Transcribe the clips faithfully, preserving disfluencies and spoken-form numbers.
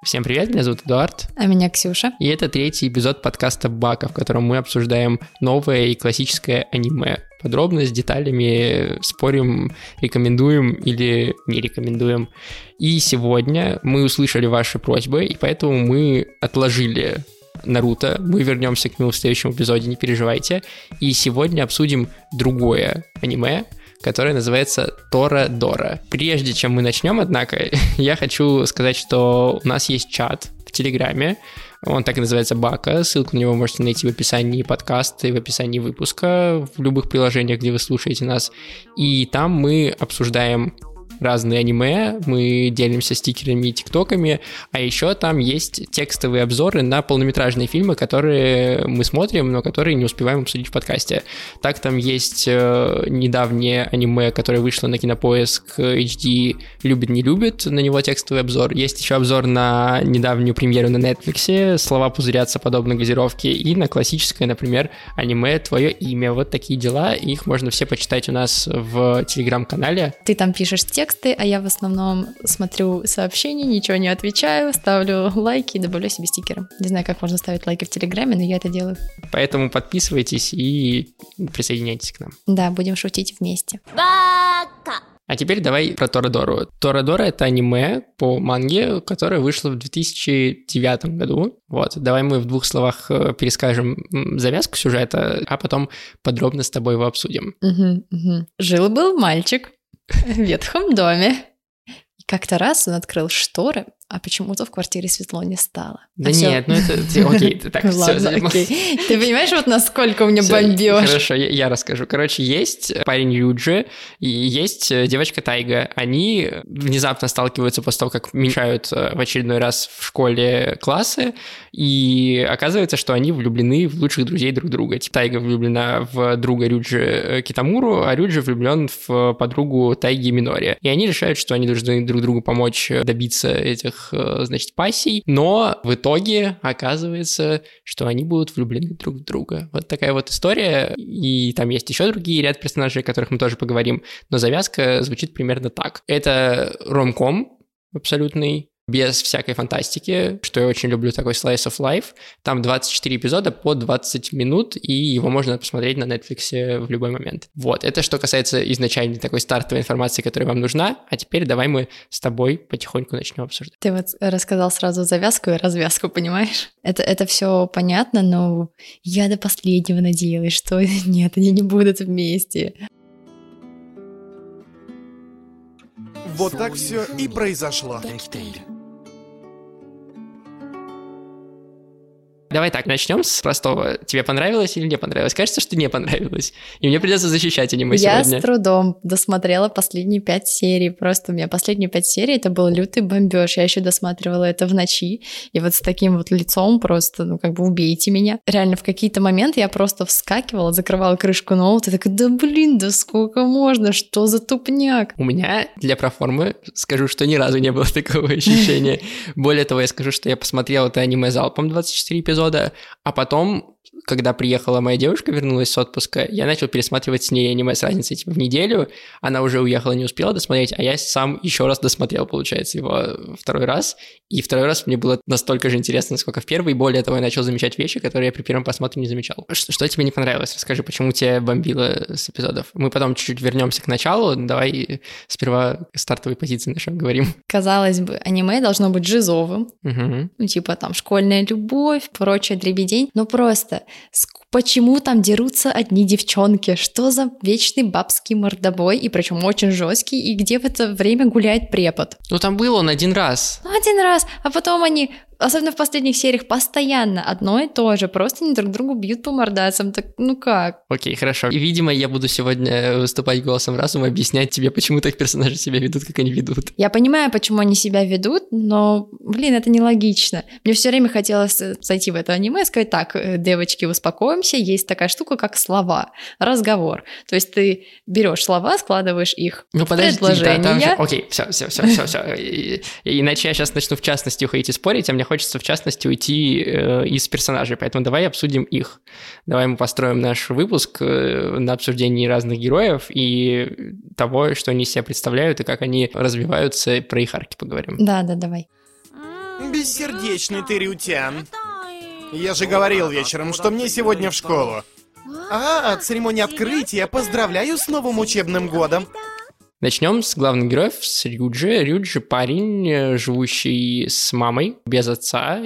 Всем привет, меня зовут Эдуард. А меня Ксюша. И это третий эпизод подкаста «Бака», в котором мы обсуждаем новое и классическое аниме. Подробно, с деталями, спорим, рекомендуем или не рекомендуем. И сегодня мы услышали ваши просьбы, и поэтому мы отложили Наруто. Мы вернемся к нему в следующем эпизоде, не переживайте. И сегодня обсудим другое аниме, которая называется «Торадора». Прежде чем мы начнем, однако, я хочу сказать, что у нас есть чат в Телеграме, он так и называется «Бака», ссылку на него можете найти в описании подкаста и в описании выпуска, в любых приложениях, где вы слушаете нас, и там мы обсуждаем разные аниме, мы делимся стикерами и тиктоками, а еще там есть текстовые обзоры на полнометражные фильмы, которые мы смотрим, но которые не успеваем обсудить в подкасте. Так, там есть э, недавнее аниме, которое вышло на Кинопоиск эйч ди «Любит, не любит», на него текстовый обзор. Есть еще обзор на недавнюю премьеру на Netflix, «Слова пузырятся подобно газировке», и на классическое, например, аниме «Твое имя». Вот такие дела, их можно все почитать у нас в Телеграм-канале. Ты там пишешь текст, а я в основном смотрю сообщения, ничего не отвечаю, ставлю лайки и добавляю себе стикеры. Не знаю, как можно ставить лайки в Телеграме, но я это делаю. Поэтому подписывайтесь и присоединяйтесь к нам. Да, будем шутить вместе. Бака! А теперь давай про Торадору. Торадора — это аниме по манге, которое вышло в две тысячи девятом году. Вот, давай мы в двух словах перескажем завязку сюжета, а потом подробно с тобой его обсудим. Угу, угу. Жил-был мальчик в ветхом доме. И как-то раз он открыл шторы, а почему-то в квартире светло не стало. Да а нет, ну это... Окей, ты так... Ладно, окей. Ты понимаешь, вот насколько у меня бомбёж? Хорошо, я расскажу. Короче, есть парень Юджи и есть девочка Тайга. Они внезапно сталкиваются после того, как меняют в очередной раз в школе классы, и оказывается, что они влюблены в лучших друзей друг друга. Тайга влюблена в друга Рюджи Китамуру, а Рюджи влюблен в подругу Тайги Минори. И они решают, что они должны друг другу помочь добиться этих, значит, пассий, но в итоге оказывается, что они будут влюблены друг в друга. Вот такая вот история, и там есть еще другие ряд персонажей, о которых мы тоже поговорим, но завязка звучит примерно так. Это ромком абсолютный, без всякой фантастики, что я очень люблю, такой slice of life. Там двадцать четыре эпизода по двадцать минут, и его можно посмотреть на Netflix в любой момент. Вот, это что касается изначальной такой стартовой информации, которая вам нужна, а теперь давай мы с тобой потихоньку начнем обсуждать. Ты вот рассказал сразу завязку и развязку, понимаешь? Это, это все понятно, но я до последнего надеялась, что нет, они не будут вместе. Вот так все и произошло. Давай так, начнем с простого. Тебе понравилось или не понравилось? Кажется, что не понравилось. И мне придется защищать аниме я сегодня. Я с трудом досмотрела последние пять серий. Просто у меня последние пять серий — это был лютый бомбеж. Я еще досматривала это в ночи. И вот с таким вот лицом просто, ну, как бы убейте меня. Реально, в какие-то моменты я просто вскакивала, закрывала крышку ноута и такая: да блин, да сколько можно? Что за тупняк? У меня для проформы скажу, что ни разу не было такого ощущения. Более того, я скажу, что я посмотрел это аниме залпом двадцать четыре эпизода, а потом, когда приехала моя девушка, вернулась с отпуска, я начал пересматривать с ней аниме с разницей типа в неделю. Она уже уехала, не успела досмотреть, а я сам еще раз досмотрел, получается, его второй раз. И второй раз мне было настолько же интересно, насколько в первый. Более того, я начал замечать вещи, которые я при первом просмотре не замечал. Что, что тебе не понравилось? Расскажи, почему тебя бомбило с эпизодов? Мы потом чуть-чуть вернемся к началу. Давай сперва стартовые позиции начнем говорим. Казалось бы, аниме должно быть жизовым. Угу. Ну, типа там школьная любовь, прочая дребедень. Но просто почему там дерутся одни девчонки? Что за вечный бабский мордобой? И причем очень жесткий. И где в это время гуляет препод? Ну там был он один раз. Один раз. А потом они, особенно в последних сериях, постоянно одно и то же. Просто они друг другу бьют по мордасам. Так ну как? Окей, хорошо. И, видимо, я буду сегодня выступать голосом разума, объяснять тебе, почему так персонажи себя ведут, как они ведут. Я понимаю, почему они себя ведут, но, блин, это нелогично. Мне все время хотелось зайти в это аниме и сказать: так, девочки, успокоимся, есть такая штука, как слова, разговор. То есть ты берешь слова, складываешь их ну, в подожди, предложения. Да, же... Окей, все, все, все, все, все. Иначе я сейчас начну в частности уходить и спорить, а мне хочется в частности уйти э, из персонажей, поэтому давай обсудим их. Давай мы построим наш выпуск э, на обсуждении разных героев и того, что они из себя представляют и как они развиваются, про их арки поговорим. Да, да, давай. Бессердечный ты, Рютян. Я же говорил вечером, что мне сегодня в школу. А, церемония открытия. Поздравляю с новым учебным годом. Начнем с главных героев, с Рюджи. Рюджи парень, живущий с мамой, без отца,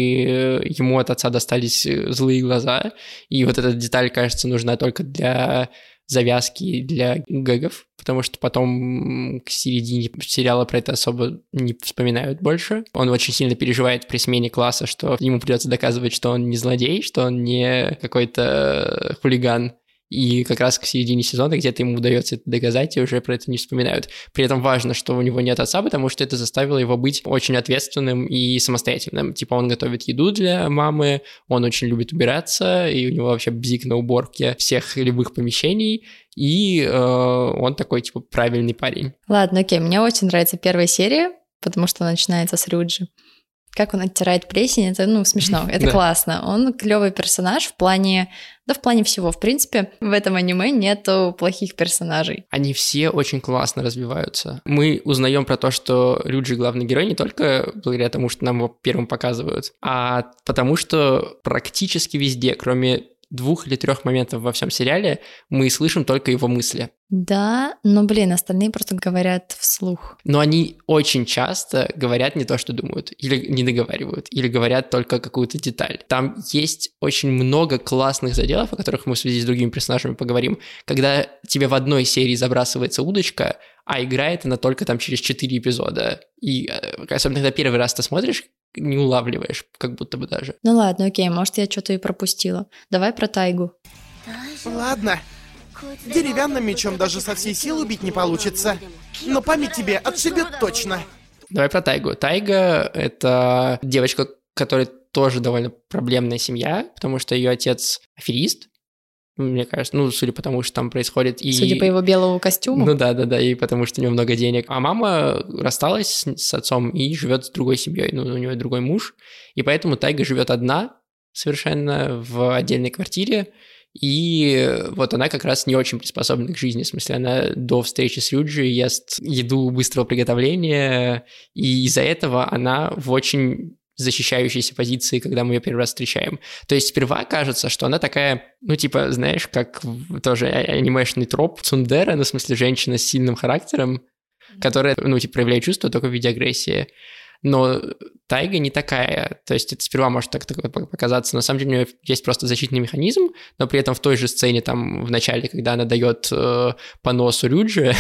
и ему от отца достались злые глаза. И вот эта деталь, кажется, нужна только для завязки, для гэгов, потому что потом к середине сериала про это особо не вспоминают больше. Он очень сильно переживает при смене класса, что ему придется доказывать, что он не злодей, что он не какой-то хулиган. И как раз к середине сезона где-то ему удается это доказать, и уже про это не вспоминают. При этом важно, что у него нет отца, потому что это заставило его быть очень ответственным и самостоятельным. Типа он готовит еду для мамы, он очень любит убираться, и у него вообще бзик на уборке всех любых помещений, и э, он такой, типа, правильный парень. Ладно, окей, мне очень нравится первая серия, потому что она начинается с Рюджи. Как он оттирает плесень, это, ну, смешно, это Да. классно. Он клевый персонаж в плане, да, в плане всего. В принципе, в этом аниме нету плохих персонажей. Они все очень классно развиваются. Мы узнаем про то, что Рюджи главный герой не только благодаря тому, что нам его первым показывают, а потому что практически везде, кроме двух или трех моментов во всем сериале, мы слышим только его мысли. Да, но, блин, остальные просто говорят вслух. Но они очень часто говорят не то, что думают, или не договаривают, или говорят только какую-то деталь. Там есть очень много классных заделов, о которых мы в связи с другими персонажами поговорим, когда тебе в одной серии забрасывается удочка, а играет она только там через четыре эпизода. И особенно когда первый раз ты смотришь, не улавливаешь, как будто бы даже. Ну ладно, окей, может, я что-то и пропустила. Давай про тайгу. Ладно. Деревянным мечом даже со всей силы убить не получится. Но память тебе отшибет точно. Давай про Тайгу. Тайга — это девочка, которая тоже довольно проблемная семья, потому что ее отец аферист, мне кажется, ну, судя по тому, что там происходит. И... Судя по его белому костюму. Ну да, да, да, и потому что у него много денег. А мама рассталась с, с отцом и живет с другой семьей. Ну, у нее другой муж. И поэтому Тайга живет одна совершенно в отдельной квартире. И вот она как раз не очень приспособлена к жизни. В смысле, она до встречи с Рюджи ест еду быстрого приготовления. И из-за этого она в очень защищающейся позиции, когда мы ее первый раз встречаем. То есть сперва кажется, что она такая, ну, типа, знаешь, как тоже анимешный троп цундера, ну, в смысле, женщина с сильным характером, которая, ну, типа, проявляет чувства только в виде агрессии. Но Тайга не такая, то есть это сперва может так, так показаться, на самом деле у нее есть просто защитный механизм, но при этом в той же сцене там в начале, когда она дает э, по носу Рюджи,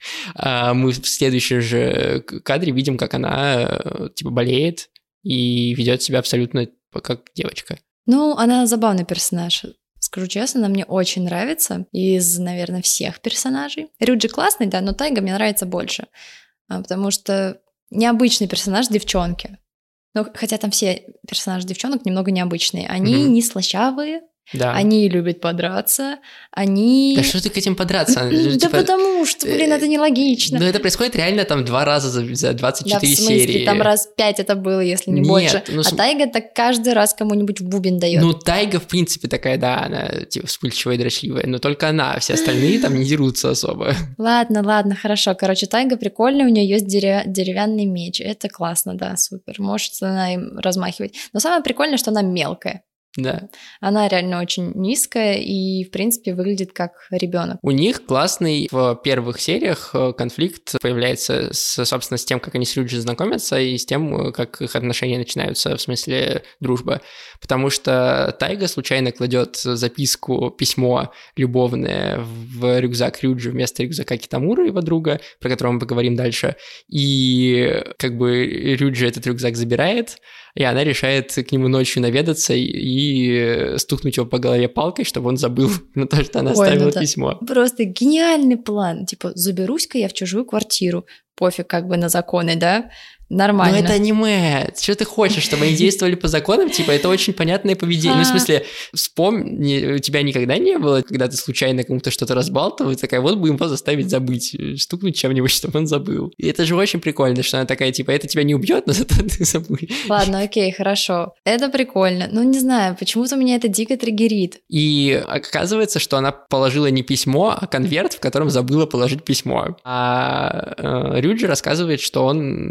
мы в следующем же кадре видим, как она э, типа болеет и ведет себя абсолютно как девочка. Ну, она забавный персонаж. Скажу честно, она мне очень нравится из, наверное, всех персонажей. Рюджи классный, да, но Тайга мне нравится больше, потому что необычный персонаж девчонки. Ну, хотя там все персонажи девчонок немного необычные. Они mm-hmm. не слащавые, да. Они любят подраться, они... Да что ты к этим подраться? Да типа... потому что, блин, это нелогично. Но это происходит реально там два раза за, за двадцать четыре да, в смысле, серии. Там раз пять это было, если не Нет, больше. Ну, а Тайга так каждый раз кому-нибудь в бубен дает. Ну, Тайга, в принципе, такая, да, она типа вспыльчивая и дрочливая, но только она, все остальные там не дерутся особо. Ладно, ладно, хорошо. Короче, Тайга прикольная, у нее есть дерев... деревянный меч. Это классно, да, супер. Может она им размахивать. Но самое прикольное, что она мелкая. Да. Она реально очень низкая и, в принципе, выглядит как ребенок. У них классный в первых сериях конфликт появляется, с, собственно, с тем, как они с Рюджи знакомятся, и с тем, как их отношения начинаются, в смысле дружба. Потому что Тайга случайно кладет записку, письмо любовное в рюкзак Рюджи вместо рюкзака Китамуры, его друга, про которого мы поговорим дальше. И как бы Рюджи этот рюкзак забирает, и она решает к нему ночью наведаться и стукнуть его по голове палкой, чтобы он забыл на то, что она Ой, оставила ну да. письмо. Просто гениальный план. Типа, заберусь-ка я в чужую квартиру. Пофиг как бы на законы, да? Нормально. Но это аниме. Что ты хочешь, чтобы они действовали по законам? Типа, это очень понятное поведение. Ну, в смысле, вспомни, у тебя никогда не было, когда ты случайно кому-то что-то разбалтывал, и такая, вот бы его заставить забыть, стукнуть чем-нибудь, чтобы он забыл. И это же очень прикольно, что она такая, типа, это тебя не убьет, но зато ты забудешь. Ладно, окей, хорошо. Это прикольно. Ну, не знаю, почему-то меня это дико триггерит. И оказывается, что она положила не письмо, а конверт, в котором забыла положить письмо. А э, Рюджи рассказывает, что он влюблен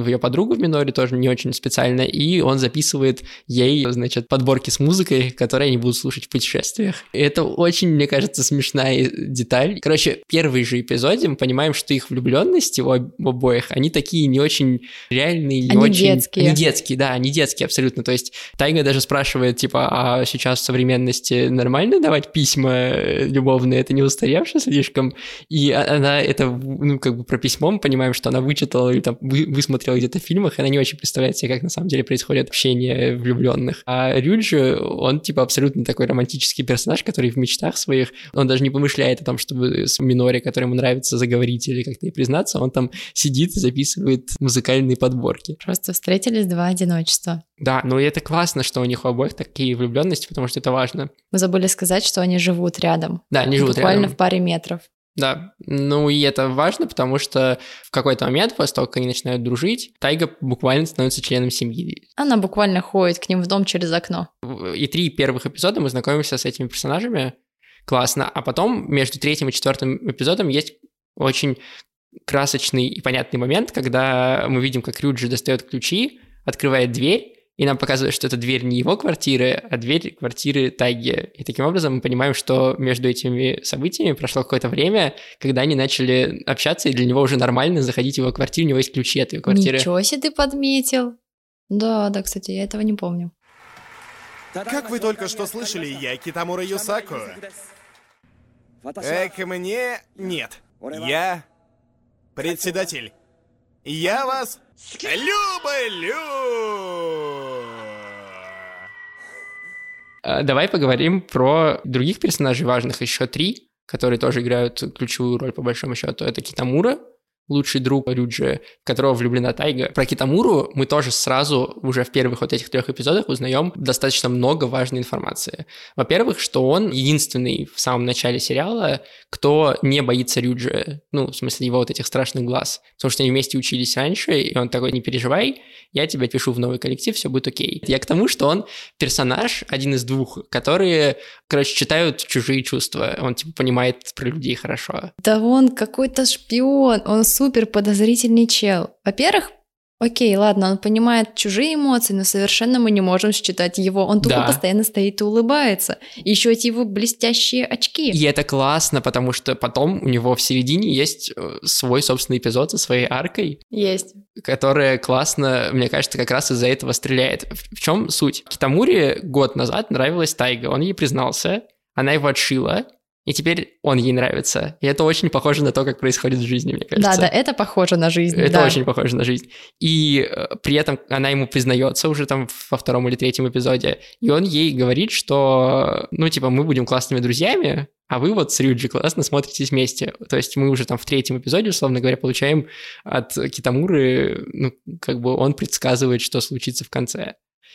в ее подругу в Миноре, тоже не очень специально, и он записывает ей, значит, подборки с музыкой, которые они будут слушать в путешествиях. И это очень, мне кажется, смешная деталь. Короче, в первый же эпизоде мы понимаем, что их влюбленности у обоих, они такие не очень реальные, не они очень... детские. Они детские, да, они детские абсолютно. То есть Тайга даже спрашивает, типа, а сейчас в современности нормально давать письма любовные? Это не устаревшее слишком? И она это, ну, как бы про письмо мы понимаем, что она вычитала или там вы, высмотрела где-то в фильмах, и она не очень представляет себе, как на самом деле происходит общение влюбленных. А Рюджи, он, типа, абсолютно такой романтический персонаж, который в мечтах своих, он даже не помышляет о том, чтобы с Минори, которой ему нравится, заговорить или как-то ей признаться, он там сидит и записывает музыкальные подборки. Просто встретились два одиночества. Да, но это классно, что у них у обоих такие влюбленности, потому что это важно. Мы забыли сказать, что они живут рядом. Да, они живут буквально рядом. в паре метров. Да, ну и это важно, потому что в какой-то момент, после того, как они начинают дружить, Тайга буквально становится членом семьи. Она буквально ходит к ним в дом через окно. И три первых эпизода мы знакомимся с этими персонажами, классно, а потом между третьим и четвертым эпизодом есть очень красочный и понятный момент, когда мы видим, как Рюджи достает ключи, открывает дверь, и нам показывают, что это дверь не его квартиры, а дверь квартиры Тайги. И таким образом мы понимаем, что между этими событиями прошло какое-то время, когда они начали общаться, и для него уже нормально заходить в его квартиру, у него есть ключи от его квартиры. Ничего себе ты подметил. Да, да, кстати, я этого не помню. Как вы только что слышали, я Китамура Юсаку. Эк, мне нет. Я председатель. Я вас люблю! Давай поговорим про других персонажей важных, еще три, которые тоже играют ключевую роль по большому счету. Это Китамура, лучший друг Рюджи, в которого влюблена Тайга. Про Китамуру мы тоже сразу уже в первых вот этих трех эпизодах узнаем достаточно много важной информации. Во-первых, что он единственный в самом начале сериала, кто не боится Рюджи, ну, в смысле его вот этих страшных глаз, потому что они вместе учились раньше, и он такой: не переживай, я тебя пишу в новый коллектив, все будет окей. Я к тому, что он персонаж, один из двух, которые, короче, читают чужие чувства, он, типа, понимает про людей хорошо. Да он какой-то шпион, он супер подозрительный чел. Во-первых, окей, ладно, он понимает чужие эмоции, но совершенно мы не можем считать его. Он тупо Да. постоянно стоит и улыбается. И еще эти его блестящие очки. И это классно, потому что потом у него в середине есть э, свой собственный эпизод со своей аркой, Есть. которая классно, мне кажется, как раз из-за этого стреляет. В, в чем суть? Китамуре год назад нравилась Тайга, он ей признался, она его отшила, и теперь он ей нравится. И это очень похоже на то, как происходит в жизни, мне кажется. Да, да, это похоже на жизнь. Это да. очень похоже на жизнь. И э, при этом она ему признается уже там во втором или третьем эпизоде, и он ей говорит, что, ну, типа, мы будем классными друзьями, а вы вот с Рюджи классно смотритесь вместе. То есть мы уже там в третьем эпизоде, условно говоря, получаем от Китамуры, ну, как бы он предсказывает, что случится в конце.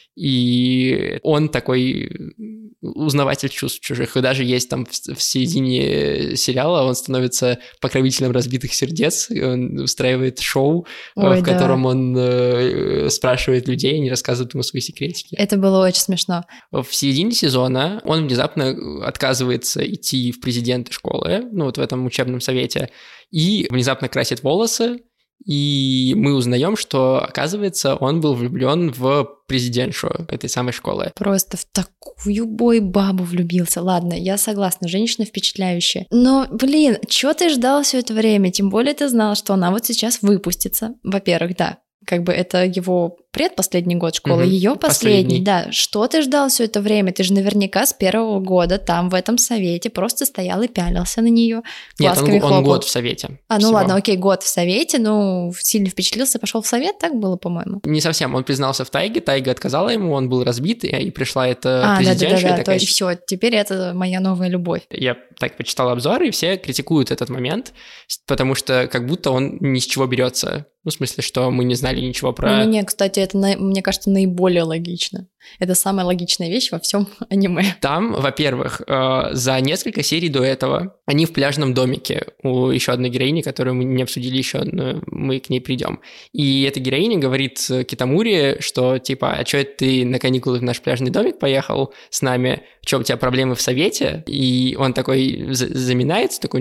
И он такой узнаватель чувств чужих. И даже есть там в, в середине сериала, он становится покровителем разбитых сердец, он устраивает шоу, Ой, в да. котором он э, спрашивает людей, они рассказывают ему свои секретики. Это было очень смешно. В середине сезона он внезапно отказывается идти в президенты школы, ну вот в этом учебном совете, и внезапно красит волосы, и мы узнаем, что, оказывается, он был влюблен в президентшу этой самой школы. Просто в такую бой-бабу влюбился. Ладно, я согласна, женщина впечатляющая. Но, блин, чё ты ждал все это время? Тем более ты знал, что она вот сейчас выпустится. Во-первых, да, как бы это его предпоследний год школы, Мгм, ее последний, последний. да. Что ты ждал все это время? Ты же наверняка с первого года там в этом совете просто стоял и пялился на нее. Нет, он, он год в совете. А, ну всего. ладно, окей, год в совете, ну, сильно впечатлился, пошел в совет, так было, по-моему. Не совсем, он признался в Тайге, Тайга отказала ему, он был разбит, и, и пришла эта А, президентша, и да-да-да, то такая... есть все, теперь это моя новая любовь. Я так почитал обзоры, и все критикуют этот момент, потому что как будто он ни с чего берется. Ну, в смысле, что мы не знали ничего про... Не-не, кстати, это, на- мне кажется, наиболее логично. Это самая логичная вещь во всем аниме. Там, во-первых, за несколько серий до этого они в пляжном домике у еще одной героини, которую мы не обсудили еще, но мы к ней придем. И эта героиня говорит Китамуре, что типа, а что это ты на каникулы в наш пляжный домик поехал с нами? Что, у тебя проблемы в совете? И он такой заминается, такой,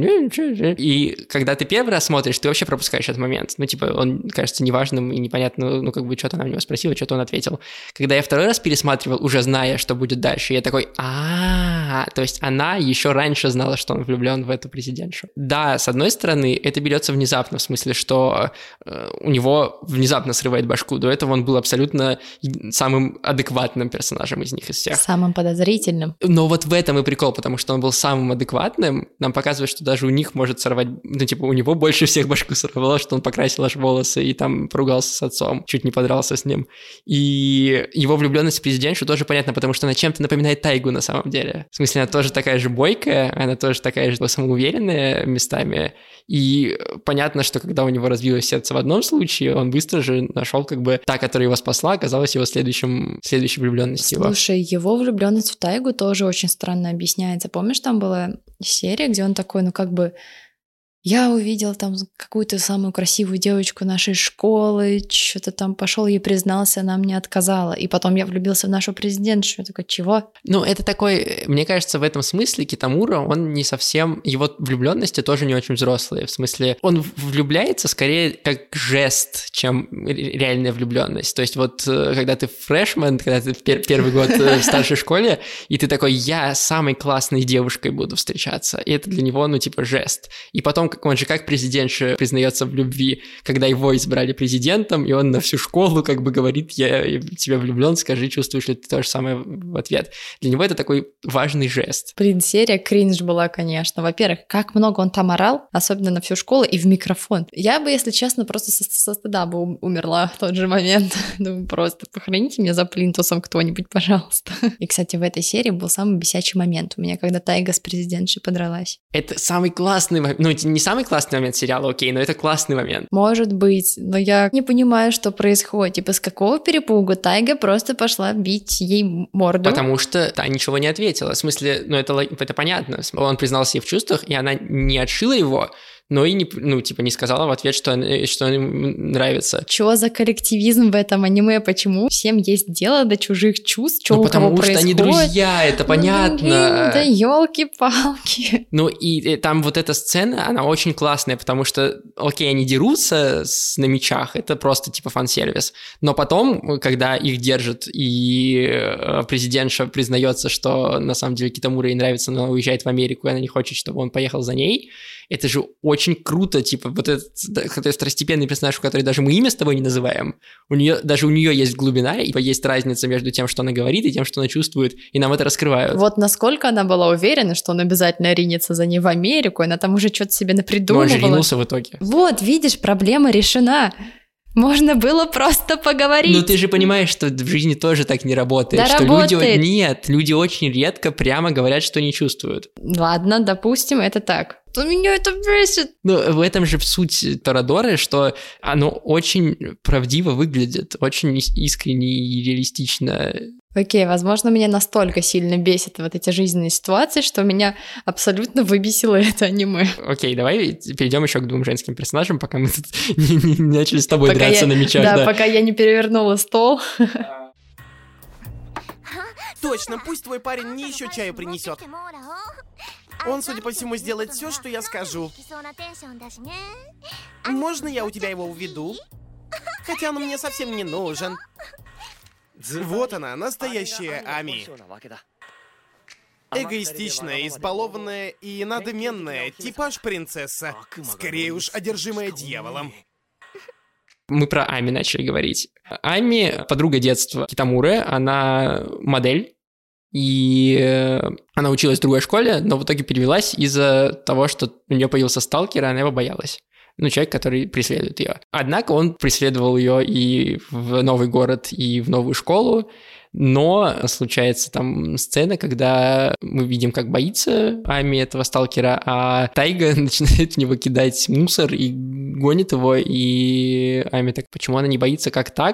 и когда ты первый раз смотришь, ты вообще пропускаешь этот момент. Ну, типа, он кажется неважным и непонятно, ну, как бы, что-то она у него спросила, что-то он ответил. Когда я второй раз пересматривал, уже зная, что будет дальше, я такой, а то есть она еще раньше знала, что он влюблен в эту президентшу. Да, с одной стороны, это берется внезапно, в смысле, что э, у него внезапно срывает башку. До этого он был абсолютно самым адекватным персонажем из них, из всех. Самым подозрительным. Но вот в этом и прикол, потому что он был самым адекватным, нам показывает, что даже у них может сорвать, ну, типа, у него больше всех башку сорвало, что он покрасил аж волосы и там поругался с отцом, чуть не подрался с ним. И его влюбленность в президентшу тоже понятно, потому что она чем-то напоминает Тайгу на самом деле. В смысле, она тоже такая же бойкая, она тоже такая же самоуверенная местами, и понятно, что когда у него разбилось сердце в одном случае, он быстро же нашел как бы та, которая его спасла, оказалась его следующим, следующей влюбленностью. Слушай, его влюбленность в Тайгу тоже очень странно объясняется. Помнишь, там была серия, где он такой, ну как бы, я увидел там какую-то самую красивую девочку нашей школы, что-то там пошел ей признался, она мне отказала. И потом я влюбился в нашу президентшу. Я такой, чего? Ну, это такой, мне кажется, в этом смысле Китамура, он не совсем, его влюбленности тоже не очень взрослые. В смысле, он влюбляется скорее как жест, чем реальная влюбленность. То есть вот когда ты фрешмен, когда ты пер- первый год в старшей школе, и ты такой, я с самой классной девушкой буду встречаться. И это для него, ну, типа, жест. И потом он же как президентша признается в любви, когда его избрали президентом, и он на всю школу как бы говорит, я в тебя влюблен, скажи, чувствуешь ли ты то же самое в ответ. Для него это такой важный жест. Блин, серия кринж была, конечно. Во-первых, как много он там орал, особенно на всю школу и в микрофон. Я бы, если честно, просто со, со стыда бы умерла в тот же момент. Думаю, просто похороните меня за плинтусом кто-нибудь, пожалуйста. И, кстати, в этой серии был самый бесячий момент у меня, когда Тайга с президентшей подралась. Это самый классный момент. Ну, не самый классный момент сериала, окей, но это классный момент. Может быть, но я не понимаю, что происходит. Типа, с какого перепугу Тайга просто пошла бить ей морду? Потому что та ничего не ответила. В смысле, ну это, это понятно. Он признался ей в чувствах, и она не отшила его, но и не, ну, типа, не сказала в ответ, что, что им нравится. Чё за коллективизм в этом аниме? Почему всем есть дело до чужих чувств? Чё ну, у потому кого что происходит? они друзья, это ну, понятно. Блин, да ёлки-палки. Ну, и, и там вот эта сцена, она очень классная, потому что, окей, они дерутся с, на мечах, это просто, типа, фан-сервис. Но потом, когда их держат, и президентша признается, что на самом деле Китамура ей нравится, но она уезжает в Америку, и она не хочет, чтобы он поехал за ней, это же очень круто, типа, вот этот, этот второстепенный персонаж, который даже мы имя с тобой не называем, у нее, даже у нее есть глубина, и есть разница между тем, что она говорит, и тем, что она чувствует, и нам это раскрывают. Вот насколько она была уверена, что он обязательно ринется за ней в Америку, и она там уже что-то себе напридумывала. Но он же ринулся в итоге. Вот, видишь, проблема решена. Можно было просто поговорить. Но ты же понимаешь, что в жизни тоже так не работает. Да, что работает. Люди... Нет, люди очень редко прямо говорят, что не чувствуют. Ладно, допустим, это так. То меня это бесит. Ну, в этом же суть Торадоры, что оно очень правдиво выглядит, очень искренне и реалистично. Окей, возможно, меня настолько сильно бесит вот эти жизненные ситуации, что меня абсолютно выбесило это аниме. Окей, давай перейдем еще к двум женским персонажам, пока мы тут не, не, не начали с тобой пока драться я, на мечах. Да, да, пока я не перевернула стол. Точно, пусть твой парень мне еще чаю принесет. Он, судя по всему, сделает все, что я скажу. Можно я у тебя его уведу? Хотя он мне совсем не нужен. Вот она, настоящая Ами. Эгоистичная, избалованная и надменная, типаж принцесса. Скорее уж, одержимая дьяволом. Мы про Ами начали говорить. Ами — подруга детства Китамуры, она модель. И она училась в другой школе, но в итоге перевелась из-за того, что у нее появился сталкер, и она его боялась. Ну, человек, который преследует ее. Однако он преследовал ее и в новый город, и в новую школу, но случается там сцена, когда мы видим, как боится Ами этого сталкера, а Тайга начинает в него кидать мусор и гонит его, и Ами так, почему она не боится, как так?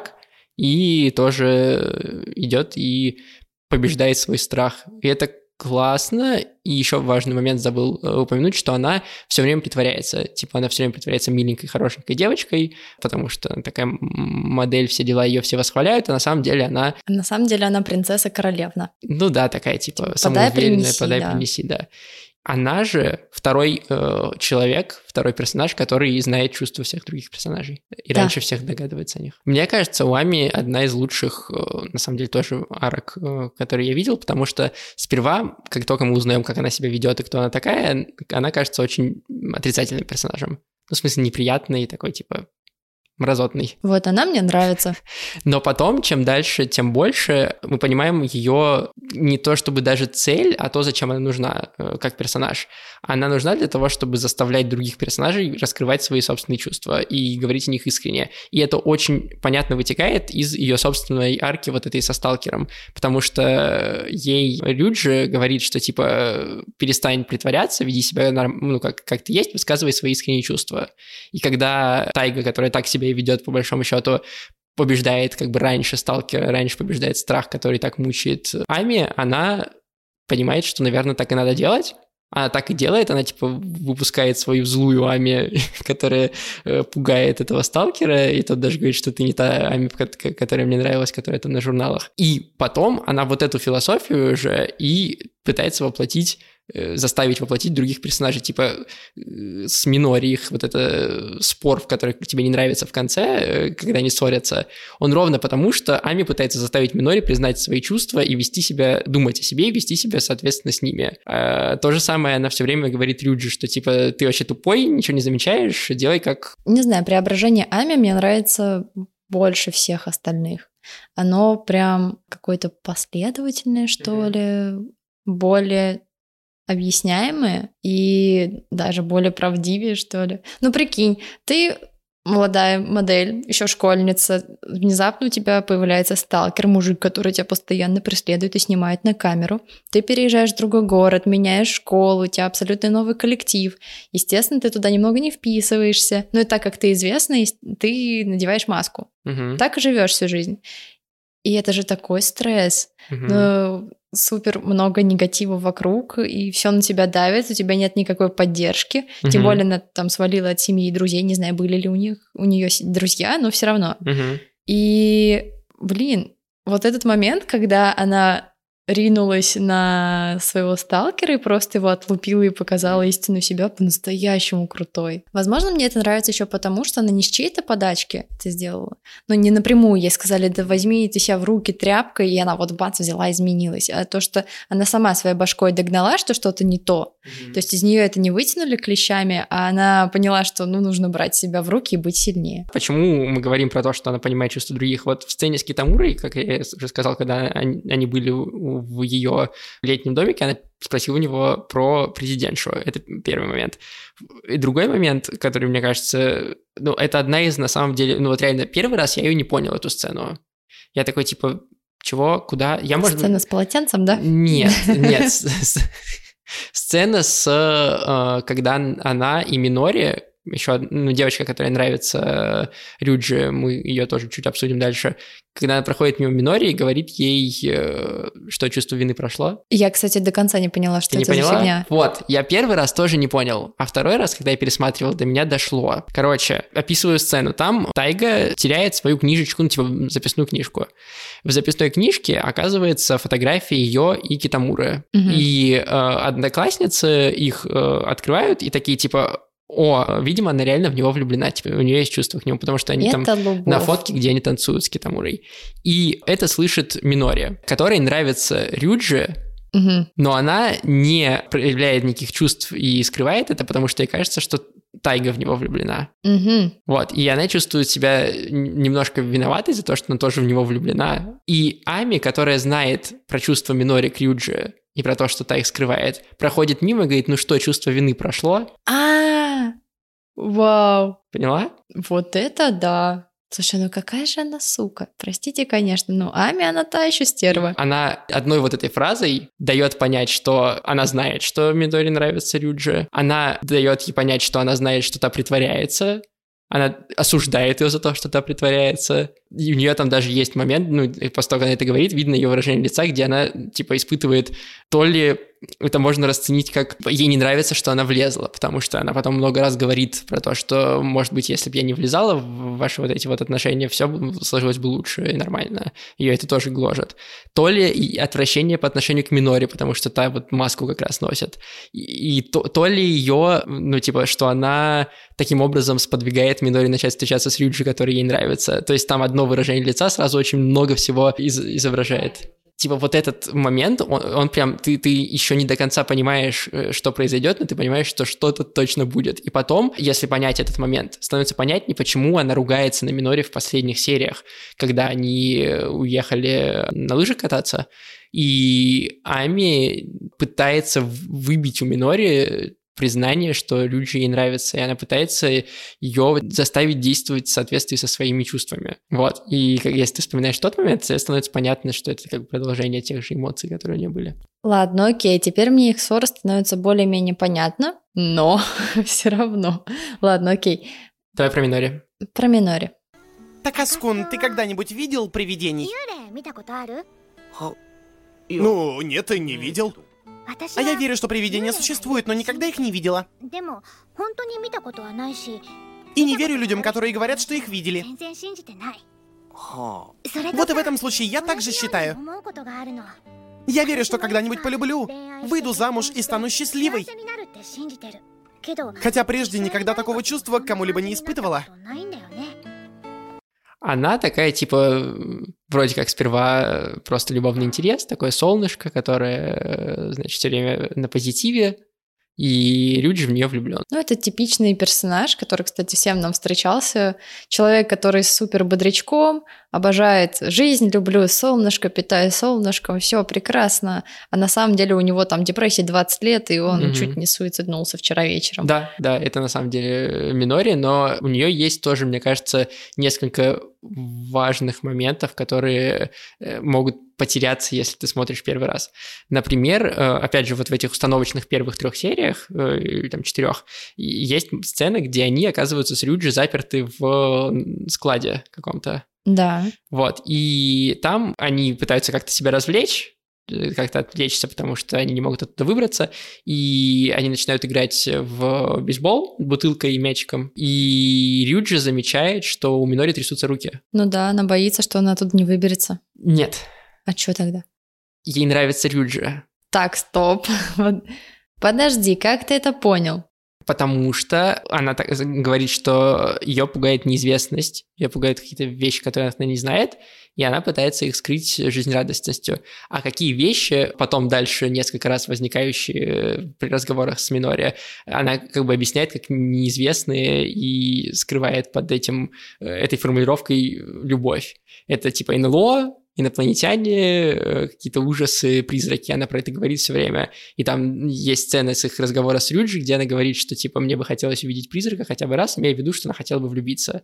и тоже идет и побеждает свой страх. И это классно. И еще важный момент забыл упомянуть, что она все время притворяется. Типа она все время притворяется миленькой, хорошенькой девочкой, потому что такая модель, все дела, ее все восхваляют, а на самом деле она... А на самом деле она принцесса-королевна. Ну да, такая типа, типа самоуверенная, принеси, подай, да. принеси, да. Она же второй э, человек, второй персонаж, который знает чувства всех других персонажей. И да. раньше всех догадывается о них. Мне кажется, у Ами одна из лучших, э, на самом деле, тоже арок, э, которые я видел, потому что сперва, как только мы узнаем, как она себя ведет и кто она такая, она кажется очень отрицательным персонажем. Ну, в смысле, неприятный, такой, типа, мразотный. Вот, она мне нравится. Но потом, чем дальше, тем больше мы понимаем ее не то чтобы даже цель, а то, зачем она нужна э, как персонаж. Она нужна для того, чтобы заставлять других персонажей раскрывать свои собственные чувства и говорить о них искренне. И это очень понятно вытекает из ее собственной арки вот этой со сталкером, потому что ей Рюджи говорит, что типа перестань притворяться, веди себя норм... ну, как, как ты есть, высказывай свои искренние чувства. И когда Тайга, которая так себя и ведет, по большому счету, побеждает как бы раньше сталкера, раньше побеждает страх, который так мучает Ами, она понимает, что, наверное, так и надо делать. Она так и делает, она типа выпускает свою злую Ами, которая э, пугает этого сталкера, и тот даже говорит, что ты не та Ами, которая мне нравилась, которая там на журналах. И потом она вот эту философию уже и пытается воплотить, э, заставить воплотить других персонажей, типа э, с Минори, их вот это спор, в который тебе не нравится в конце, э, когда они ссорятся, он ровно потому, что Ами пытается заставить Минори признать свои чувства и вести себя, думать о себе и вести себя, соответственно, с ними. А, то же самое она все время говорит Рюджи, что типа ты вообще тупой, ничего не замечаешь, делай как... Не знаю, преображение Ами мне нравится больше всех остальных. Оно прям какое-то последовательное, что mm-hmm. ли, более объясняемое и даже более правдивее, что ли. Ну, прикинь, ты молодая модель, еще школьница, внезапно у тебя появляется сталкер, мужик, который тебя постоянно преследует и снимает на камеру. Ты переезжаешь в другой город, меняешь школу, у тебя абсолютно новый коллектив. Естественно, ты туда немного не вписываешься. Но и так как ты известный, ты надеваешь маску. Угу. Так и живешь всю жизнь. И это же такой стресс. Угу. Ну, супер много негатива вокруг, и все на тебя давит, у тебя нет никакой поддержки. Угу. Тем более она там свалила от семьи и друзей, не знаю, были ли у них у нее друзья, но все равно. Угу. И, блин, вот этот момент, когда она ринулась на своего сталкера и просто его отлупила и показала истину себя по-настоящему крутой. Возможно, мне это нравится еще потому, что она не с чьей-то подачки это сделала. Но не напрямую ей сказали, да возьми ты себя в руки тряпкой, и она вот бац взяла и изменилась. А то, что она сама своей башкой догнала, что что-то не то. Mm-hmm. То есть из нее это не вытянули клещами, а она поняла, что ну нужно брать себя в руки и быть сильнее. Почему мы говорим про то, что она понимает чувства других? Вот в сцене с Китамурой, как я уже сказал, когда они, они были в ее летнем домике, она спросила у него про президентшу. Это первый момент. И другой момент, который, мне кажется, ну, это одна из, на самом деле, ну, вот реально, первый раз я ее не понял, эту сцену. Я такой, типа, чего, куда? Я, может... Сцена с полотенцем, да? Нет, нет. Сцена с, когда она и Минори, еще ну, девочка, которая нравится Рюджи, мы ее тоже чуть обсудим дальше, когда она проходит мимо Минори и говорит ей, что чувство вины прошло. Я, кстати, до конца не поняла, что Ты это не поняла? за фигня. Вот, я первый раз тоже не понял, а второй раз, когда я пересматривал, до меня дошло. Короче, описываю сцену. Там Тайга теряет свою книжечку, ну, типа записную книжку. В записной книжке оказывается фотография ее и Китамуры. Угу. И э, одноклассницы их э, открывают и такие, типа... О, видимо, она реально в него влюблена, типа, у нее есть чувство к нему, потому что они это там любовь. На фотке, где они танцуют с Китамурой. И это слышит Минори, которой нравится Рюджи, угу. но она не проявляет никаких чувств и скрывает это, потому что ей кажется, что Тайга в него влюблена. Угу. Вот, и она чувствует себя немножко виноватой за то, что она тоже в него влюблена. И Ами, которая знает про чувства Минори к Рюджи, и про то, что та их скрывает, проходит мимо и говорит, ну что, чувство вины прошло? А, вау. Поняла? Вот это да. Слушай, ну какая же она сука. Простите, конечно, но Ами, она та еще стерва. Она одной вот этой фразой дает понять, что она знает, что Минори нравится Рюджи. Она дает ей понять, что она знает, что та притворяется. она осуждает ее за то, что та притворяется. И у нее там даже есть момент, ну, после того, как она это говорит, видно ее выражение лица, где она, типа, испытывает то ли... Это можно расценить как ей не нравится, что она влезла, потому что она потом много раз говорит про то, что, может быть, если бы я не влезала в ваши вот эти вот отношения, все сложилось бы лучше и нормально. Ее это тоже гложет. То ли и отвращение по отношению к Минори, потому что та вот маску как раз носит. И, и то, то ли ее, ну, типа, что она таким образом сподвигает Минори начать встречаться с Рюджи, который ей нравится. То есть там одно выражение лица сразу очень много всего из- изображает. Типа вот этот момент, он, он прям, ты, ты еще не до конца понимаешь, что произойдет, но ты понимаешь, что что-то точно будет. И потом, если понять этот момент, становится понятнее, почему она ругается на Минори в последних сериях, когда они уехали на лыжах кататься, и Ами пытается выбить у Минори признание, что Рюджи ей нравится, и она пытается ее заставить действовать в соответствии со своими чувствами. Вот. И если ты вспоминаешь тот момент, тебе становится понятно, что это как бы продолжение тех же эмоций, которые у нее были. Ладно, окей, теперь мне их ссора становится более-менее понятно, но все равно. Ладно, окей. Давай про Минори. Про Минори. Так, Аскун, ты когда-нибудь видел привидений? Ну, нет, и не видел. А я верю, что привидения существуют, но никогда их не видела. И не верю людям, которые говорят, что их видели. Вот и в этом случае я также считаю. Я верю, что когда-нибудь полюблю, выйду замуж и стану счастливой. Хотя прежде никогда такого чувства к кому-либо не испытывала. Она такая, типа, вроде как сперва просто любовный интерес, такое солнышко, которое, значит, все время на позитиве, и Рюджи в нее влюблен. Ну, это типичный персонаж, который, кстати, всем нам встречался. Человек, который с супер бодрячком, обожает жизнь, люблю солнышко, питаю солнышком, все прекрасно. А на самом деле у него там депрессия двадцать лет, и он mm-hmm. чуть не суициднулся вчера вечером. Да, да, это на самом деле Минори, но у нее есть тоже, мне кажется, несколько важных моментов, которые могут потеряться, если ты смотришь первый раз. Например, опять же, вот в этих установочных первых трех сериях, или там четырех, есть сцены, где они оказываются с Рюджи заперты в складе каком-то. Да. Вот, и там они пытаются как-то себя развлечь, как-то отвлечься, потому что они не могут оттуда выбраться, и они начинают играть в бейсбол бутылкой и мячиком, и Рюджи замечает, что у Минори трясутся руки. Ну да, она боится, что она оттуда не выберется. Нет. А что тогда? Ей нравится Рюджи. Так, стоп. Подожди, как ты это понял? Потому что она так говорит, что ее пугает неизвестность, ее пугают какие-то вещи, которые она не знает, и она пытается их скрыть жизнерадостностью. А какие вещи, потом дальше несколько раз возникающие при разговорах с Минори, она как бы объясняет как неизвестные и скрывает под этим, этой формулировкой любовь. Это типа эн эл о, инопланетяне, какие-то ужасы, призраки, она про это говорит все время. И там есть сцена с их разговора с Рюджи, где она говорит, что типа мне бы хотелось увидеть призрака хотя бы раз, имея в виду, что она хотела бы влюбиться.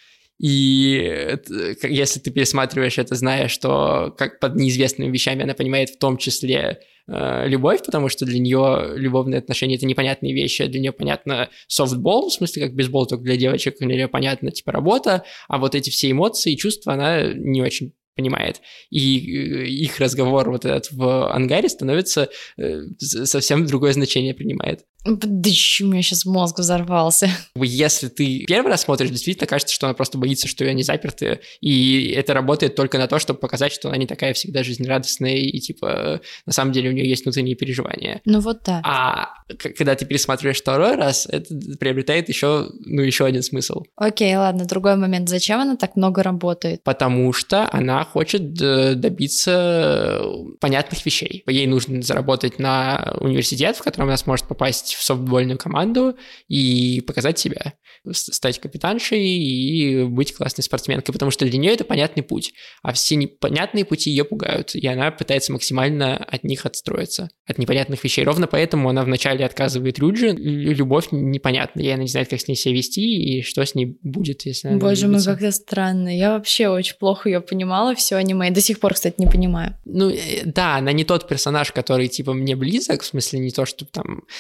И если ты пересматриваешь это, зная, что как под неизвестными вещами она понимает в том числе э, любовь, потому что для нее любовные отношения — это непонятные вещи, а для нее понятно софтбол, в смысле как бейсбол только для девочек, для нее понятно типа работа, а вот эти все эмоции и чувства она не очень понимает. И их разговор вот этот в ангаре становится э, совсем другое значение принимает. Дыщ, у меня сейчас мозг взорвался. Если ты первый раз смотришь, действительно кажется, что она просто боится, что ее не заперты, и это работает только на то, чтобы показать, что она не такая всегда жизнерадостная, и типа на самом деле у нее есть внутренние переживания. Ну вот да. А когда ты пересматриваешь второй раз, это приобретает еще, ну, еще один смысл. Окей, ладно, другой момент. Зачем она так много работает? Потому что она хочет добиться понятных вещей. Ей нужно заработать на университет, в котором она сможет попасть в софтбольную команду и показать себя, стать капитаншей и быть классной спортсменкой, потому что для нее это понятный путь, а все непонятные пути ее пугают, и она пытается максимально от них отстроиться, от непонятных вещей. Ровно поэтому она вначале отказывает Рюджи, любовь непонятна, и она не знает, как с ней себя вести и что с ней будет, если она Боже мой, влюбится. как это странно. Я вообще очень плохо ее понимала, все аниме, и до сих пор, кстати, не понимаю. Ну, да, она не тот персонаж, который, типа, мне близок, в смысле не то, что там она мне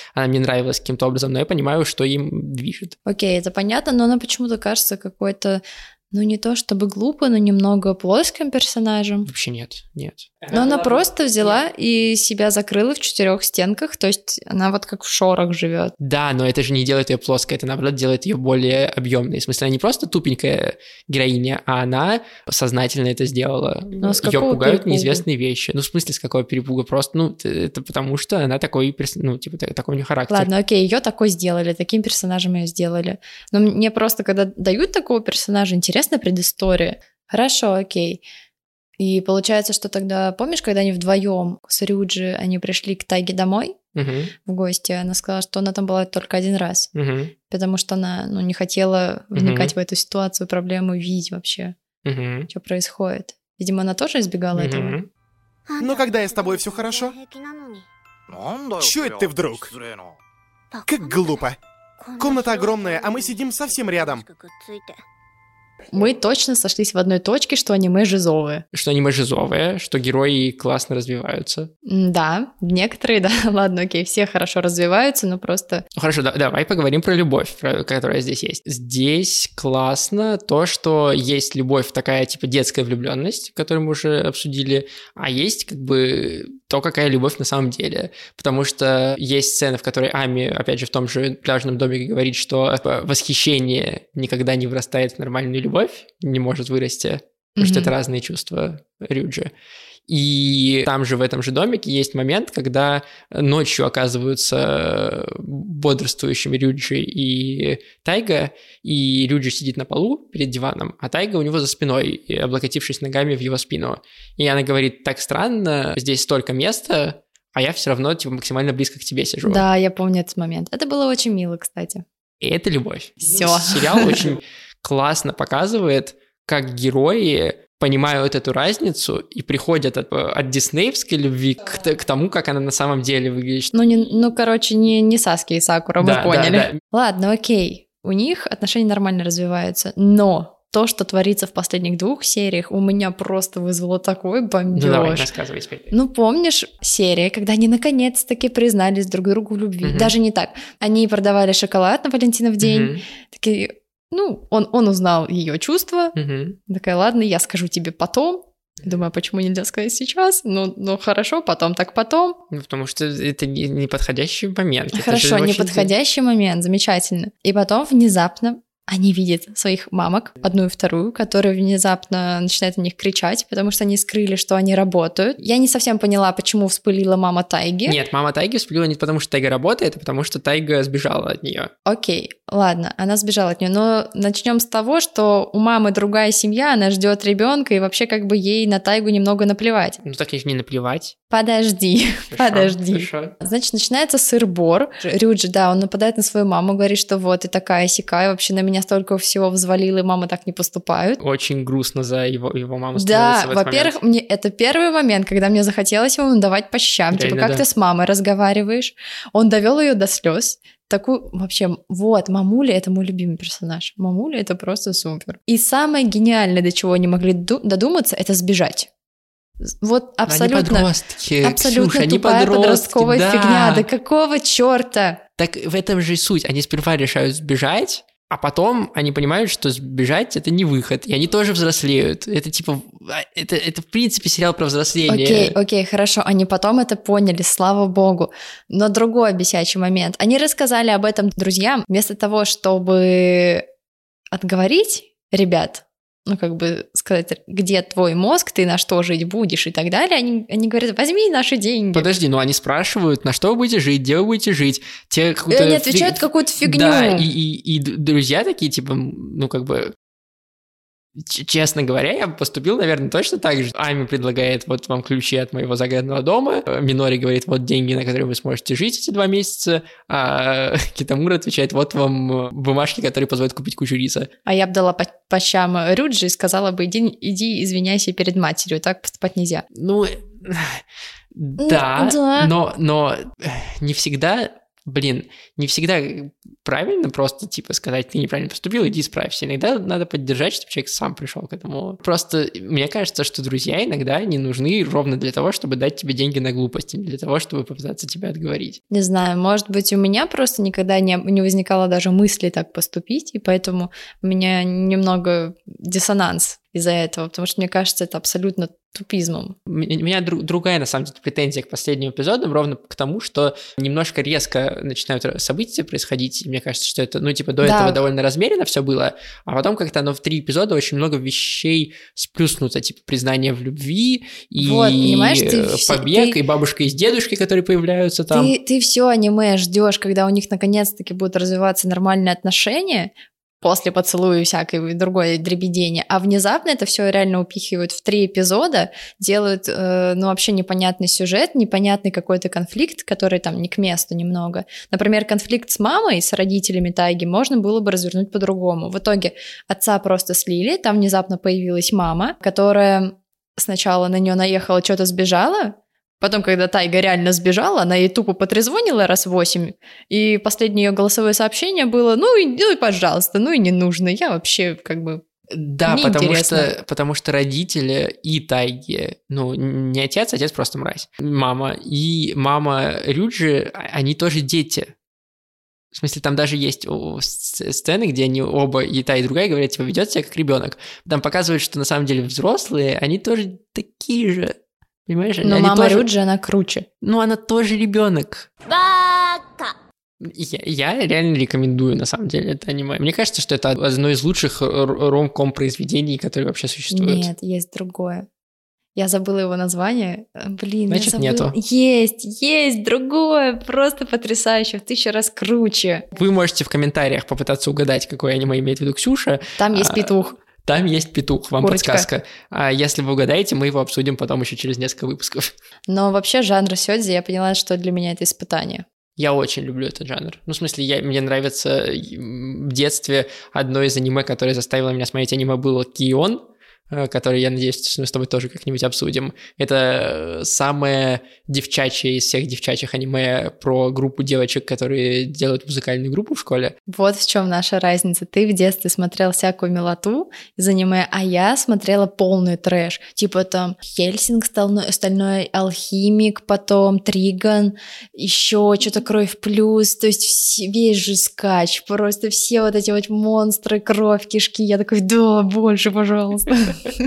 нравилось каким-то образом, но я понимаю, что им движет. Окей, это понятно, но она почему-то кажется какой-то, ну не то чтобы глупой, но немного плоским персонажем. Вообще нет, нет. Но она просто взяла и себя закрыла в четырех стенках, то есть она вот как в шорах живет. Да, но это же не делает ее плоской, это наоборот делает ее более объемной. В смысле, она не просто тупенькая героиня, а она сознательно это сделала. Но с Ее какого пугают перепугу? неизвестные вещи. Ну, в смысле, с какого перепуга? Просто, ну, это потому что она такой, перс- ну, типа, такой у нее характер. Ладно, окей, ее такой сделали, таким персонажем ее сделали. Но мне просто, когда дают такого персонажа, интересная предыстория. Хорошо, окей. И получается, что тогда, помнишь, когда они вдвоем с Рюджи, они пришли к Тайге домой Мгм, в гости, она сказала, что она там была только один раз, мгм, потому что она, ну, не хотела вникать Мгм. в эту ситуацию, проблему, видеть вообще, мгм, что происходит. Видимо, она тоже избегала этого. мгм. Ну, когда я с тобой все хорошо? Чё это ты вдруг? Как глупо. Комната огромная, а мы сидим совсем рядом. Мы точно сошлись в одной точке, что аниме жизовые. Что аниме жизовое, что герои классно развиваются. М, Да, некоторые, да, ладно, окей, все хорошо развиваются, но просто... Ну хорошо, да- давай поговорим про любовь, про- которая здесь есть. Здесь классно то, что есть любовь такая, типа, детская влюбленность, которую мы уже обсудили, а есть как бы то, какая любовь на самом деле. Потому что есть сцена, в которой Ами, опять же, в том же пляжном домике говорит, что типа, восхищение никогда не вырастает в нормальную любовь, не может вырасти, потому что Мгм. это разные чувства Рюджи. И там же, в этом же домике, есть момент, когда ночью оказываются бодрствующими Рюджи и Тайга, и Рюджи сидит на полу перед диваном, а Тайга у него за спиной, и облокотившись ногами в его спину. И она говорит, так странно, здесь столько места, а я все равно типа, максимально близко к тебе сижу. Да, я помню этот момент. Это было очень мило, кстати. И это любовь. Всё. Сериал очень классно показывает, как герои понимают эту разницу и приходят от, от диснеевской любви к, т- к тому, как она на самом деле выглядит. Ну, не, ну короче, не, не Саски и Сакура, мы Да, да, поняли. да. Ладно, окей. У них отношения нормально развиваются, но то, что творится в последних двух сериях, у меня просто вызвало такой Ну давай, бомбеж. рассказывай теперь. Ну, помнишь серии, когда они наконец-таки признались друг другу в любви? Мгм. Даже не так. Они продавали шоколад на Валентинов день. Мгм, Такие, ну, он, он узнал ее чувства. мгм. Такая, ладно, я скажу тебе потом. Думаю, почему нельзя сказать сейчас? Ну, ну хорошо, потом так потом. Ну, потому что это не- неподходящий момент. Это же Хорошо, очень- неподходящий момент, замечательно. И потом внезапно они видят своих мамок, одну и вторую, которые внезапно начинают на них кричать, потому что они скрыли, что они работают. Я не совсем поняла, почему вспылила мама Тайги. Нет, мама Тайги вспылила не потому, что Тайга работает, а потому что Тайга сбежала от нее. Окей, ладно, она сбежала от нее, но начнем с того, что у мамы другая семья, она ждет ребенка, и вообще как бы ей на Тайгу немного наплевать. Ну так ей же не наплевать. Подожди, Хорошо, подожди. хорошо. Значит, начинается сыр-бор. Рюджи, да, он нападает на свою маму, говорит, что вот ты такая сякая, вообще на меня столько всего взвалил, и мамы так не поступают. Очень грустно за его, его маму Да, становится в этот во-первых, момент. мне это первый момент, когда мне захотелось ему давать по щам. Типа, Реально, как да. ты с мамой разговариваешь? Он довел ее до слез. Такую, вообще, вот, мамуля — это мой любимый персонаж. Мамуля — это просто супер. И самое гениальное, до чего они могли ду- додуматься, это сбежать. Вот абсолютно, Они подростки, абсолютно Ксюша, они тупая подростки, подростковая да. фигня. Да какого черта? Так в этом же и суть. Они сперва решают сбежать, а потом они понимают, что сбежать — это не выход. И они тоже взрослеют. Это типа... Это, это в принципе сериал про взросление. Окей, окей, хорошо. Они потом это поняли, слава богу. Но другой бесячий момент. Они рассказали об этом друзьям, вместо того, чтобы отговорить ребят, ну, как бы сказать, где твой мозг, ты на что жить будешь и так далее, они, они говорят, возьми наши деньги. Подожди, ну они спрашивают, на что вы будете жить, где вы будете жить. Те И какую-то они отвечают фиг- какую-то фигню. Да, и, и, и д- друзья такие, типа, ну, как бы... ч- Честно говоря, я бы поступил, наверное, точно так же. Ами предлагает, вот вам ключи от моего загородного дома. Э, Минори говорит, вот деньги, на которые вы сможете жить эти два месяца. А Китамура отвечает, вот вам бумажки, которые позволят купить кучу риса. А я бы дала по, по щам Рюджи и сказала бы, иди, иди извиняйся перед матерью, так поступать нельзя. Ну, да, да. но, но э, не всегда блин, не всегда правильно просто, типа, сказать, ты неправильно поступил, иди исправься. Иногда надо поддержать, чтобы человек сам пришел к этому. Просто мне кажется, что друзья иногда не нужны ровно для того, чтобы дать тебе деньги на глупости, не для того, чтобы попытаться тебя отговорить. Не знаю, может быть, у меня просто никогда не, не возникало даже мысли так поступить, и поэтому у меня немного диссонанс из-за этого, потому что мне кажется, это абсолютно тупизмом. У меня друг, другая, на самом деле, претензия к последним эпизодам, ровно к тому, что немножко резко начинают события происходить, и мне кажется, что это, ну, типа, до да. этого довольно размеренно все было, а потом как-то оно в три эпизода очень много вещей сплюснуто, типа, признание в любви, и вот, ты, побег, ты... и бабушка и дедушки, которые появляются там. Ты, ты все аниме ждешь, когда у них наконец-таки будут развиваться нормальные отношения, после поцелуя и всякой другой дребедения, а внезапно это все реально упихивают в три эпизода, делают, э, ну, вообще непонятный сюжет, непонятный какой-то конфликт, который там не к месту немного. Например, конфликт с мамой, с родителями Тайги можно было бы развернуть по-другому. В итоге отца просто слили, там внезапно появилась мама, которая сначала на нее наехала, что-то сбежала. Потом, когда Тайга реально сбежала, она ей тупо потрезвонила раз восемь, и последнее ее голосовое сообщение было: ну и, ну и пожалуйста, ну и не нужно, я вообще как бы... Да, потому что, потому что родители и Тайги, ну, не отец, отец просто мразь, мама, и мама Рюджи, они тоже дети. В смысле, там даже есть сцены, где они оба, и та, и другая, говорят, типа, ведет себя как ребенок. Там показывают, что на самом деле взрослые, они тоже такие же. Понимаешь? Но они мама тоже... Рюджи, она круче. Ну, она тоже ребенок. Бака! Я, я реально рекомендую, на самом деле, это аниме. Мне кажется, что это одно из лучших ромком произведений, которые вообще существуют. Нет, есть другое. Я забыла его название. Блин, Значит, я забыла. нету. Есть, есть другое, просто потрясающе, в тысячу раз круче. Вы можете в комментариях попытаться угадать, какое аниме имеет в виду Ксюша. Там есть а... петух. Там есть петух, вам Курочка. Подсказка. А если вы угадаете, мы его обсудим потом еще через несколько выпусков. Но вообще жанр сёдзи, я поняла, что для меня это испытание. Я очень люблю этот жанр. Ну, в смысле, я, мне нравится в детстве одно из аниме, которое заставило меня смотреть аниме, было Кион, который, я надеюсь, мы с тобой тоже как-нибудь обсудим. Это самое девчачье из всех девчачьих аниме про группу девочек, которые делают музыкальную группу в школе. Вот в чем наша разница. Ты в детстве смотрел всякую милоту из аниме, а я смотрела полный трэш. Типа там Хельсинг, стальной, стальной алхимик, потом Триган, еще что-то Кровь плюс, то есть весь же скач, просто все вот эти вот монстры, кровь, кишки. Я такой: да, больше, пожалуйста.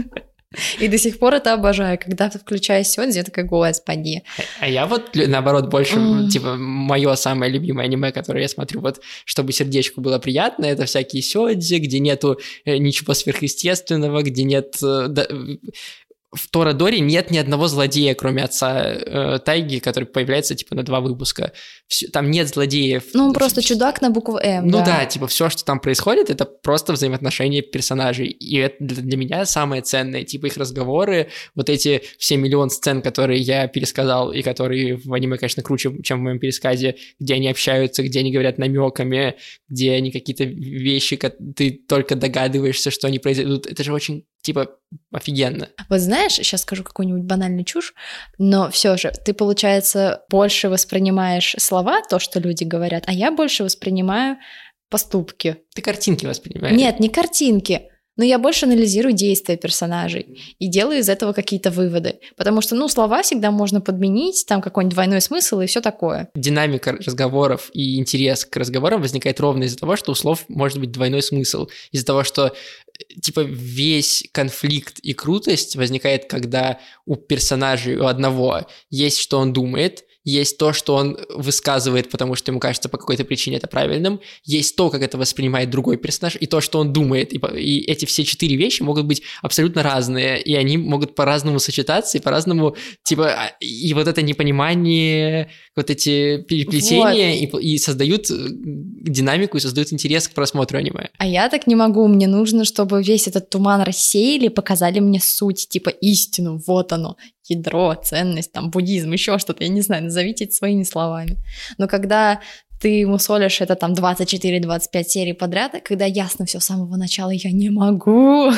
И до сих пор это обожаю. Когда ты включаешь сёдзи, я такая: господи. А я вот, наоборот, больше, mm. типа, мое самое любимое аниме, которое я смотрю, вот, чтобы сердечку было приятно, это всякие сёдзи, где нету ничего сверхъестественного, где нет... Да, в Торадоре нет ни одного злодея, кроме отца э, Тайги, который появляется, типа, на два выпуска. Все, там нет злодеев. Ну, он просто чудак на букву М, Ну да. да, типа, все, что там происходит, это просто взаимоотношения персонажей. И это для меня самое ценное. Типа, их разговоры, вот эти все миллион сцен, которые я пересказал, и которые в аниме, конечно, круче, чем в моем пересказе, где они общаются, где они говорят намеками, где они какие-то вещи, ты только догадываешься, что они произойдут. Это же очень... Типа, офигенно. Вот знаешь, сейчас скажу какую-нибудь банальную чушь, но все же ты, получается, больше воспринимаешь слова, то, что люди говорят, а я больше воспринимаю поступки. Ты картинки воспринимаешь? Нет, не картинки. Но я больше анализирую действия персонажей и делаю из этого какие-то выводы. Потому что, ну, слова всегда можно подменить, там какой-нибудь двойной смысл и все такое. Динамика разговоров и интерес к разговорам возникает ровно из-за того, что у слов может быть двойной смысл. Из-за того, что, типа, весь конфликт и крутость возникает, когда у персонажа, у одного есть, что он думает, есть то, что он высказывает, потому что ему кажется по какой-то причине это правильным, есть то, как это воспринимает другой персонаж, и то, что он думает. И, и эти все четыре вещи могут быть абсолютно разные, и они могут по-разному сочетаться, и по-разному, типа, и вот это непонимание, вот эти переплетения, вот. и, и создают динамику, и создают интерес к просмотру аниме. А я так не могу, мне нужно, чтобы весь этот туман рассеяли, показали мне суть, типа, истину, вот оно. Ядро, ценность, там, буддизм, еще что-то, я не знаю, назовите это своими словами. Но когда ты мусолишь это там двадцать четыре - двадцать пять серий подряд, когда ясно все с самого начала, я не могу.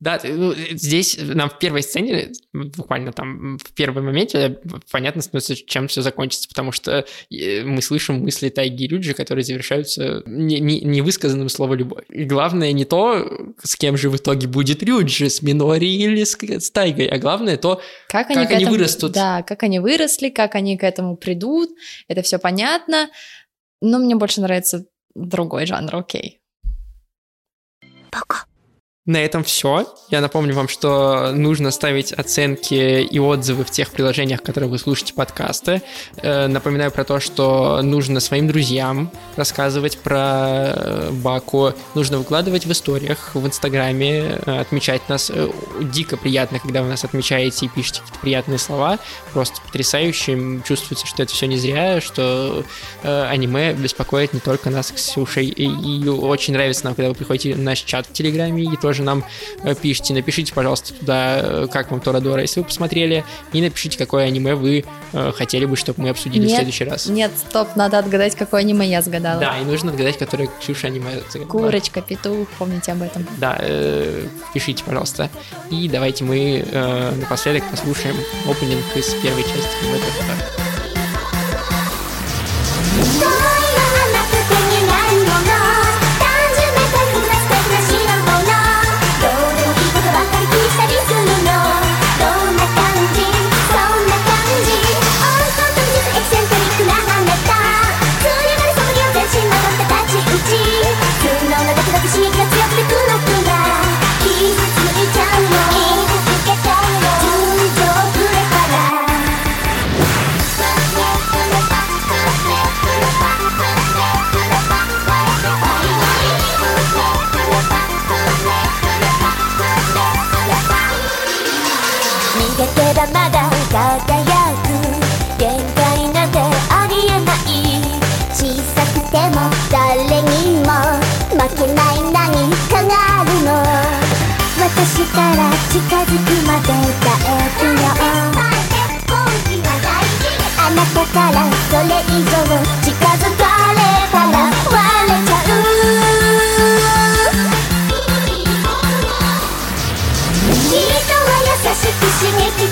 Да, ну, здесь нам в первой сцене, буквально там в первом моменте, понятно становится, чем все закончится, потому что мы слышим мысли Тайги и Рюджи, которые завершаются невысказанным словом «любовь». И главное не то, с кем же в итоге будет Рюджи, с Минори или с, с Тайгой, а главное то, как, как они, они этому, вырастут. Да, как они выросли, как они к этому придут, это все понятно, но мне больше нравится другой жанр, окей. Пока. На этом все. Я напомню вам, что нужно ставить оценки и отзывы в тех приложениях, в которых вы слушаете подкасты. Напоминаю про то, что нужно своим друзьям рассказывать про Баку. Нужно выкладывать в историях, в Инстаграме, отмечать нас. Дико приятно, когда вы нас отмечаете и пишете какие-то приятные слова. Просто потрясающе. Чувствуется, что это все не зря, что аниме беспокоит не только нас с Ксюшей. И очень нравится нам, когда вы приходите в наш чат в Телеграме и тоже нам пишите. Напишите, пожалуйста, туда, как вам Торадора, если вы посмотрели, и напишите, какое аниме вы э, хотели бы, чтобы мы обсудили нет, в следующий раз. Нет, стоп, надо отгадать, какое аниме я загадала. Да, и нужно отгадать, которое Ксюша аниме загадала. Курочка, петух, помните об этом. Да, э, пишите, пожалуйста. И давайте мы э, напоследок послушаем опенинг из первой части аниме Торадора. 刺激